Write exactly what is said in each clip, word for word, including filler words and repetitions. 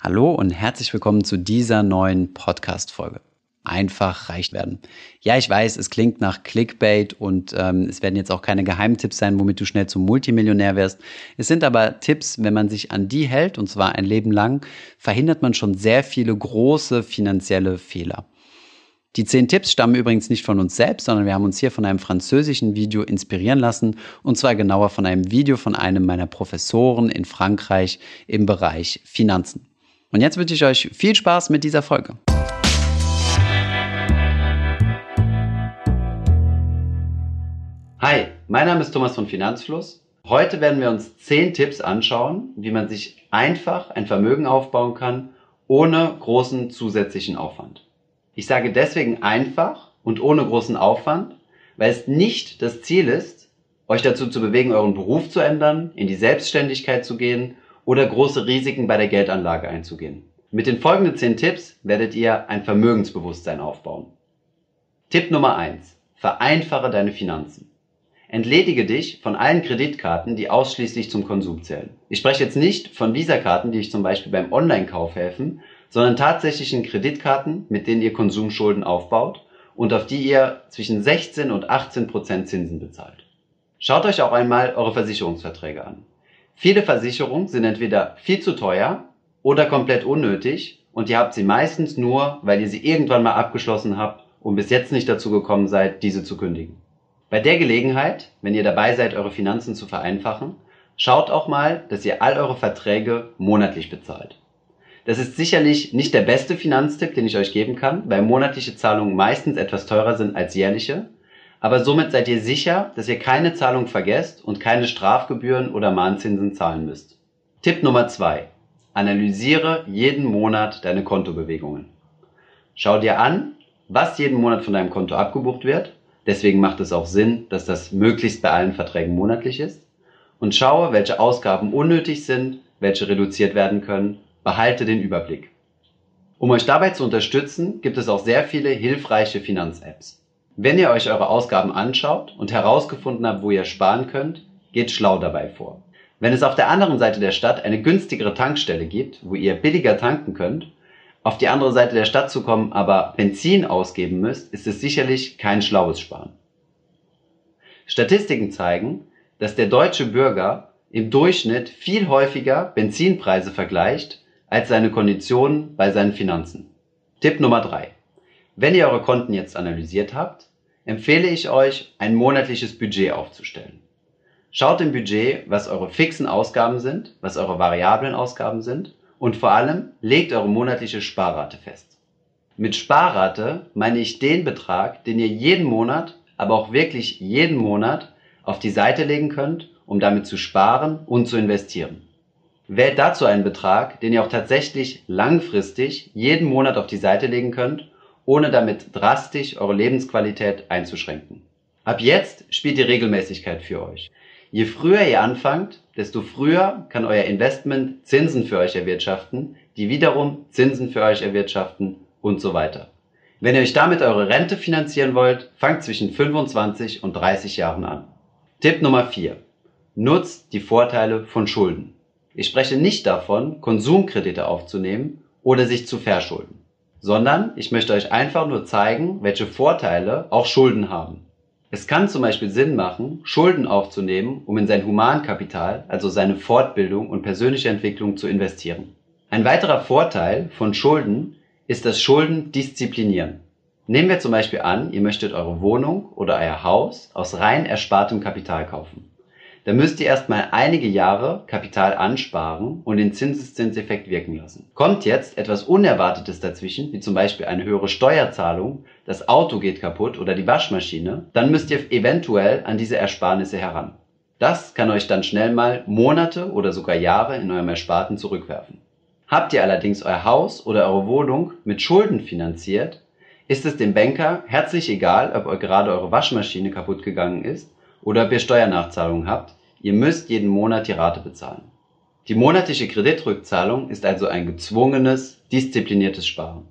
Hallo und herzlich willkommen zu dieser neuen Podcast-Folge. Einfach reich werden. Ja, ich weiß, es klingt nach Clickbait und ähm, es werden jetzt auch keine Geheimtipps sein, womit du schnell zum Multimillionär wirst. Es sind aber Tipps, wenn man sich an die hält, und zwar ein Leben lang, verhindert man schon sehr viele große finanzielle Fehler. Die zehn Tipps stammen übrigens nicht von uns selbst, sondern wir haben uns hier von einem französischen Video inspirieren lassen, und zwar genauer von einem Video von einem meiner Professoren in Frankreich im Bereich Finanzen. Und jetzt wünsche ich euch viel Spaß mit dieser Folge. Hi, mein Name ist Thomas von Finanzfluss. Heute werden wir uns zehn Tipps anschauen, wie man sich einfach ein Vermögen aufbauen kann, ohne großen zusätzlichen Aufwand. Ich sage deswegen einfach und ohne großen Aufwand, weil es nicht das Ziel ist, euch dazu zu bewegen, euren Beruf zu ändern, in die Selbstständigkeit zu gehen oder große Risiken bei der Geldanlage einzugehen. Mit den folgenden zehn Tipps werdet ihr ein Vermögensbewusstsein aufbauen. Tipp Nummer eins. Vereinfache deine Finanzen. Entledige dich von allen Kreditkarten, die ausschließlich zum Konsum zählen. Ich spreche jetzt nicht von Visa-Karten, die euch zum Beispiel beim Online-Kauf helfen, sondern tatsächlichen Kreditkarten, mit denen ihr Konsumschulden aufbaut und auf die ihr zwischen sechzehn und achtzehn Prozent Zinsen bezahlt. Schaut euch auch einmal eure Versicherungsverträge an. Viele Versicherungen sind entweder viel zu teuer oder komplett unnötig und ihr habt sie meistens nur, weil ihr sie irgendwann mal abgeschlossen habt und bis jetzt nicht dazu gekommen seid, diese zu kündigen. Bei der Gelegenheit, wenn ihr dabei seid, eure Finanzen zu vereinfachen, schaut auch mal, dass ihr all eure Verträge monatlich bezahlt. Das ist sicherlich nicht der beste Finanztipp, den ich euch geben kann, weil monatliche Zahlungen meistens etwas teurer sind als jährliche. Aber somit seid ihr sicher, dass ihr keine Zahlung vergesst und keine Strafgebühren oder Mahnzinsen zahlen müsst. Tipp Nummer zwei. Analysiere jeden Monat deine Kontobewegungen. Schau dir an, was jeden Monat von deinem Konto abgebucht wird. Deswegen macht es auch Sinn, dass das möglichst bei allen Verträgen monatlich ist. Und schaue, welche Ausgaben unnötig sind, welche reduziert werden können. Behalte den Überblick. Um euch dabei zu unterstützen, gibt es auch sehr viele hilfreiche Finanz-Apps. Wenn ihr euch eure Ausgaben anschaut und herausgefunden habt, wo ihr sparen könnt, geht schlau dabei vor. Wenn es auf der anderen Seite der Stadt eine günstigere Tankstelle gibt, wo ihr billiger tanken könnt, auf die andere Seite der Stadt zu kommen, aber Benzin ausgeben müsst, ist es sicherlich kein schlaues Sparen. Statistiken zeigen, dass der deutsche Bürger im Durchschnitt viel häufiger Benzinpreise vergleicht als seine Konditionen bei seinen Finanzen. Tipp Nummer drei. Wenn ihr eure Konten jetzt analysiert habt, empfehle ich euch, ein monatliches Budget aufzustellen. Schaut im Budget, was eure fixen Ausgaben sind, was eure variablen Ausgaben sind und vor allem legt eure monatliche Sparrate fest. Mit Sparrate meine ich den Betrag, den ihr jeden Monat, aber auch wirklich jeden Monat auf die Seite legen könnt, um damit zu sparen und zu investieren. Wählt dazu einen Betrag, den ihr auch tatsächlich langfristig jeden Monat auf die Seite legen könnt, ohne damit drastisch eure Lebensqualität einzuschränken. Ab jetzt spielt die Regelmäßigkeit für euch. Je früher ihr anfangt, desto früher kann euer Investment Zinsen für euch erwirtschaften, die wiederum Zinsen für euch erwirtschaften und so weiter. Wenn ihr euch damit eure Rente finanzieren wollt, fangt zwischen fünfundzwanzig und dreißig Jahren an. Tipp Nummer vier. Nutzt die Vorteile von Schulden. Ich spreche nicht davon, Konsumkredite aufzunehmen oder sich zu verschulden, sondern ich möchte euch einfach nur zeigen, welche Vorteile auch Schulden haben. Es kann zum Beispiel Sinn machen, Schulden aufzunehmen, um in sein Humankapital, also seine Fortbildung und persönliche Entwicklung zu investieren. Ein weiterer Vorteil von Schulden ist, dass Schulden disziplinieren. Nehmen wir zum Beispiel an, ihr möchtet eure Wohnung oder euer Haus aus rein erspartem Kapital kaufen. Dann müsst ihr erstmal einige Jahre Kapital ansparen und den Zinseszinseffekt wirken lassen. Kommt jetzt etwas Unerwartetes dazwischen, wie zum Beispiel eine höhere Steuerzahlung, das Auto geht kaputt oder die Waschmaschine, dann müsst ihr eventuell an diese Ersparnisse heran. Das kann euch dann schnell mal Monate oder sogar Jahre in eurem Ersparten zurückwerfen. Habt ihr allerdings euer Haus oder eure Wohnung mit Schulden finanziert, ist es dem Banker herzlich egal, ob euch gerade eure Waschmaschine kaputt gegangen ist oder ob ihr Steuernachzahlungen habt, ihr müsst jeden Monat die Rate bezahlen. Die monatliche Kreditrückzahlung ist also ein gezwungenes, diszipliniertes Sparen.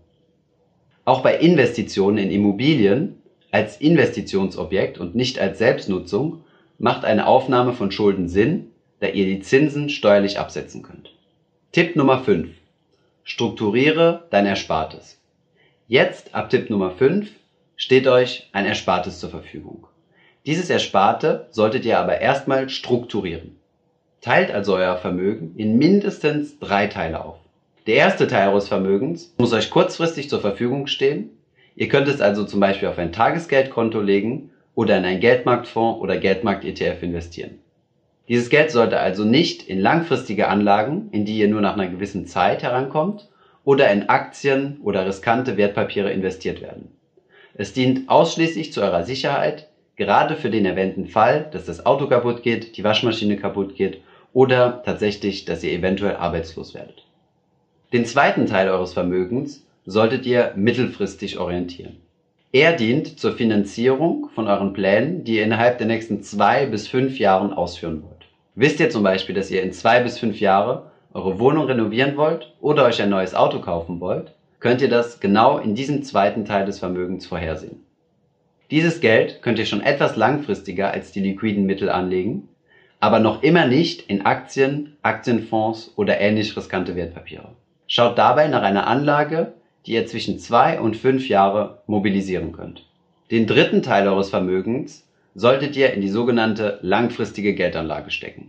Auch bei Investitionen in Immobilien als Investitionsobjekt und nicht als Selbstnutzung macht eine Aufnahme von Schulden Sinn, da ihr die Zinsen steuerlich absetzen könnt. Tipp Nummer fünf. Strukturiere dein Erspartes. Jetzt, ab Tipp Nummer fünf, steht euch ein Erspartes zur Verfügung. Dieses Ersparte solltet ihr aber erstmal strukturieren. Teilt also euer Vermögen in mindestens drei Teile auf. Der erste Teil eures Vermögens muss euch kurzfristig zur Verfügung stehen. Ihr könnt es also zum Beispiel auf ein Tagesgeldkonto legen oder in einen Geldmarktfonds oder Geldmarkt-E T F investieren. Dieses Geld sollte also nicht in langfristige Anlagen, in die ihr nur nach einer gewissen Zeit herankommt, oder in Aktien oder riskante Wertpapiere investiert werden. Es dient ausschließlich zu eurer Sicherheit, gerade für den erwähnten Fall, dass das Auto kaputt geht, die Waschmaschine kaputt geht oder tatsächlich, dass ihr eventuell arbeitslos werdet. Den zweiten Teil eures Vermögens solltet ihr mittelfristig orientieren. Er dient zur Finanzierung von euren Plänen, die ihr innerhalb der nächsten zwei bis fünf Jahren ausführen wollt. Wisst ihr zum Beispiel, dass ihr in zwei bis fünf Jahre eure Wohnung renovieren wollt oder euch ein neues Auto kaufen wollt, könnt ihr das genau in diesem zweiten Teil des Vermögens vorhersehen. Dieses Geld könnt ihr schon etwas langfristiger als die liquiden Mittel anlegen, aber noch immer nicht in Aktien, Aktienfonds oder ähnlich riskante Wertpapiere. Schaut dabei nach einer Anlage, die ihr zwischen zwei und fünf Jahre mobilisieren könnt. Den dritten Teil eures Vermögens solltet ihr in die sogenannte langfristige Geldanlage stecken.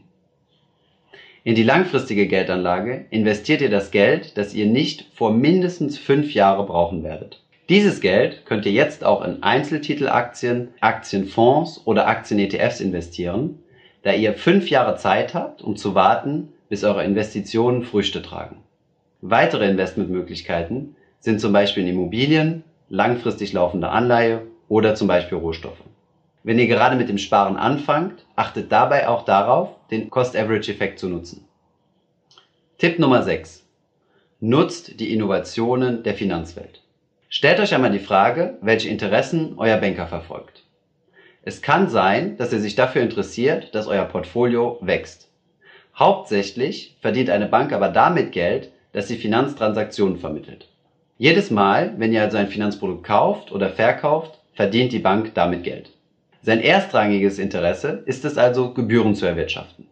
In die langfristige Geldanlage investiert ihr das Geld, das ihr nicht vor mindestens fünf Jahre brauchen werdet. Dieses Geld könnt ihr jetzt auch in Einzeltitelaktien, Aktienfonds oder Aktien-E T Fs investieren, da ihr fünf Jahre Zeit habt, um zu warten, bis eure Investitionen Früchte tragen. Weitere Investmentmöglichkeiten sind zum Beispiel in Immobilien, langfristig laufende Anleihe oder zum Beispiel Rohstoffe. Wenn ihr gerade mit dem Sparen anfangt, achtet dabei auch darauf, den Cost-Average-Effekt zu nutzen. Tipp Nummer sechs. Nutzt die Innovationen der Finanzwelt. Stellt euch einmal die Frage, welche Interessen euer Banker verfolgt. Es kann sein, dass er sich dafür interessiert, dass euer Portfolio wächst. Hauptsächlich verdient eine Bank aber damit Geld, dass sie Finanztransaktionen vermittelt. Jedes Mal, wenn ihr also ein Finanzprodukt kauft oder verkauft, verdient die Bank damit Geld. Sein erstrangiges Interesse ist es also, Gebühren zu erwirtschaften.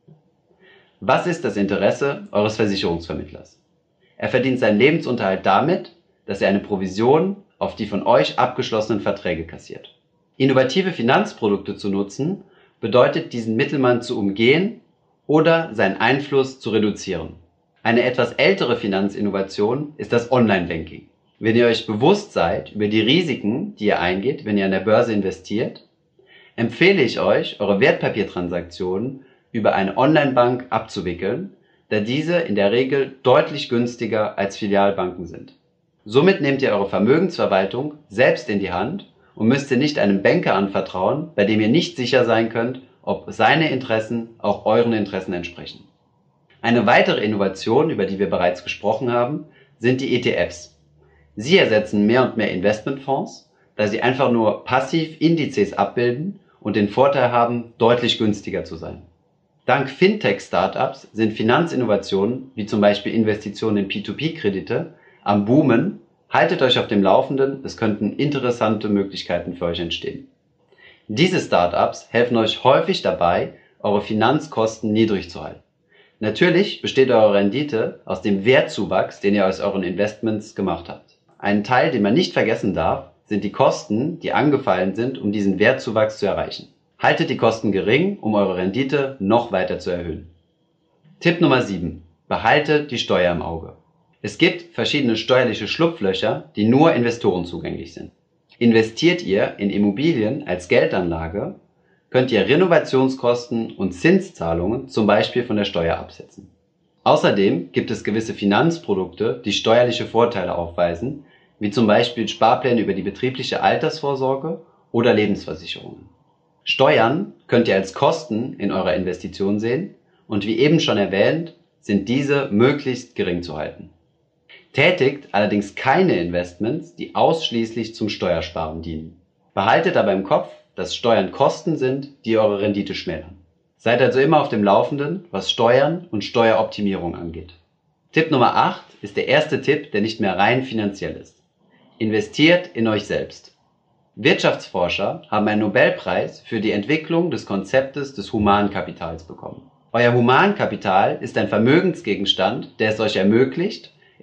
Was ist das Interesse eures Versicherungsvermittlers? Er verdient seinen Lebensunterhalt damit, dass er eine Provision auf die von euch abgeschlossenen Verträge kassiert. Innovative Finanzprodukte zu nutzen, bedeutet, diesen Mittelmann zu umgehen oder seinen Einfluss zu reduzieren. Eine etwas ältere Finanzinnovation ist das Online-Banking. Wenn ihr euch bewusst seid über die Risiken, die ihr eingeht, wenn ihr an der Börse investiert, empfehle ich euch, eure Wertpapiertransaktionen über eine Online-Bank abzuwickeln, da diese in der Regel deutlich günstiger als Filialbanken sind. Somit nehmt ihr eure Vermögensverwaltung selbst in die Hand und müsst ihr nicht einem Banker anvertrauen, bei dem ihr nicht sicher sein könnt, ob seine Interessen auch euren Interessen entsprechen. Eine weitere Innovation, über die wir bereits gesprochen haben, sind die E T Fs. Sie ersetzen mehr und mehr Investmentfonds, da sie einfach nur passiv Indizes abbilden und den Vorteil haben, deutlich günstiger zu sein. Dank Fintech-Startups sind Finanzinnovationen, wie zum Beispiel Investitionen in P zwei P-Kredite, am Boomen. Haltet euch auf dem Laufenden, es könnten interessante Möglichkeiten für euch entstehen. Diese Startups helfen euch häufig dabei, eure Finanzkosten niedrig zu halten. Natürlich besteht eure Rendite aus dem Wertzuwachs, den ihr aus euren Investments gemacht habt. Ein Teil, den man nicht vergessen darf, sind die Kosten, die angefallen sind, um diesen Wertzuwachs zu erreichen. Haltet die Kosten gering, um eure Rendite noch weiter zu erhöhen. Tipp Nummer sieben. Behaltet die Steuer im Auge. Es gibt verschiedene steuerliche Schlupflöcher, die nur Investoren zugänglich sind. Investiert ihr in Immobilien als Geldanlage, könnt ihr Renovationskosten und Zinszahlungen zum Beispiel von der Steuer absetzen. Außerdem gibt es gewisse Finanzprodukte, die steuerliche Vorteile aufweisen, wie zum Beispiel Sparpläne über die betriebliche Altersvorsorge oder Lebensversicherungen. Steuern könnt ihr als Kosten in eurer Investition sehen und wie eben schon erwähnt, sind diese möglichst gering zu halten. Tätigt allerdings keine Investments, die ausschließlich zum Steuersparen dienen. Behaltet aber im Kopf, dass Steuern Kosten sind, die eure Rendite schmälern. Seid also immer auf dem Laufenden, was Steuern und Steueroptimierung angeht. Tipp Nummer acht ist der erste Tipp, der nicht mehr rein finanziell ist. Investiert in euch selbst. Wirtschaftsforscher haben einen Nobelpreis für die Entwicklung des Konzeptes des Humankapitals bekommen. Euer Humankapital ist ein Vermögensgegenstand, der es euch ermöglicht,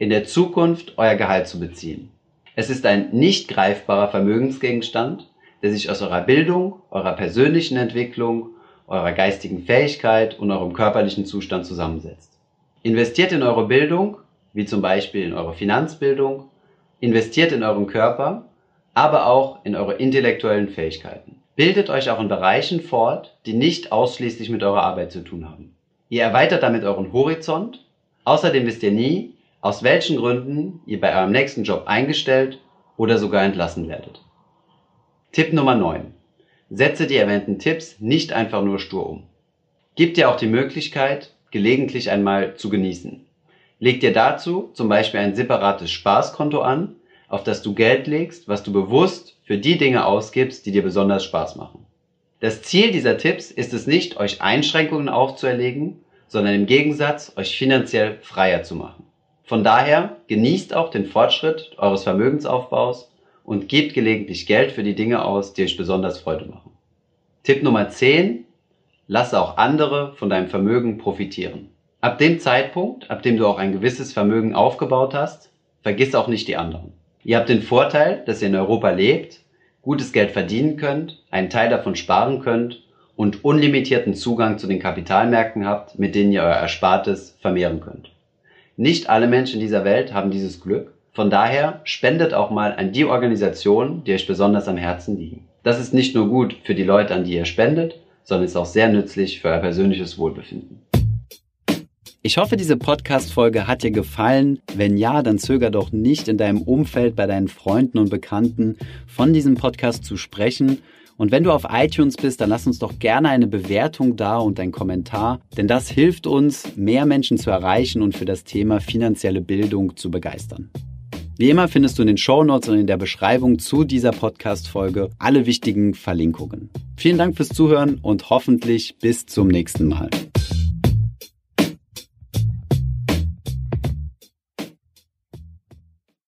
in der Zukunft euer Gehalt zu beziehen. Es ist ein nicht greifbarer Vermögensgegenstand, der sich aus eurer Bildung, eurer persönlichen Entwicklung, eurer geistigen Fähigkeit und eurem körperlichen Zustand zusammensetzt. Investiert in eure Bildung, wie zum Beispiel in eure Finanzbildung, investiert in euren Körper, aber auch in eure intellektuellen Fähigkeiten. Bildet euch auch in Bereichen fort, die nicht ausschließlich mit eurer Arbeit zu tun haben. Ihr erweitert damit euren Horizont. Außerdem wisst ihr nie, aus welchen Gründen ihr bei eurem nächsten Job eingestellt oder sogar entlassen werdet. Tipp Nummer neun. Setze die erwähnten Tipps nicht einfach nur stur um. Gib dir auch die Möglichkeit, gelegentlich einmal zu genießen. Leg dir dazu zum Beispiel ein separates Spaßkonto an, auf das du Geld legst, was du bewusst für die Dinge ausgibst, die dir besonders Spaß machen. Das Ziel dieser Tipps ist es nicht, euch Einschränkungen aufzuerlegen, sondern im Gegensatz, euch finanziell freier zu machen. Von daher genießt auch den Fortschritt eures Vermögensaufbaus und gebt gelegentlich Geld für die Dinge aus, die euch besonders Freude machen. Tipp Nummer zehn. Lasse auch andere von deinem Vermögen profitieren. Ab dem Zeitpunkt, ab dem du auch ein gewisses Vermögen aufgebaut hast, vergiss auch nicht die anderen. Ihr habt den Vorteil, dass ihr in Europa lebt, gutes Geld verdienen könnt, einen Teil davon sparen könnt und unlimitierten Zugang zu den Kapitalmärkten habt, mit denen ihr euer Erspartes vermehren könnt. Nicht alle Menschen dieser Welt haben dieses Glück. Von daher spendet auch mal an die Organisationen, die euch besonders am Herzen liegen. Das ist nicht nur gut für die Leute, an die ihr spendet, sondern ist auch sehr nützlich für euer persönliches Wohlbefinden. Ich hoffe, diese Podcast-Folge hat dir gefallen. Wenn ja, dann zöger doch nicht, in deinem Umfeld, bei deinen Freunden und Bekannten von diesem Podcast zu sprechen. Und wenn du auf iTunes bist, dann lass uns doch gerne eine Bewertung da und einen Kommentar, denn das hilft uns, mehr Menschen zu erreichen und für das Thema finanzielle Bildung zu begeistern. Wie immer findest du in den Shownotes und in der Beschreibung zu dieser Podcast-Folge alle wichtigen Verlinkungen. Vielen Dank fürs Zuhören und hoffentlich bis zum nächsten Mal.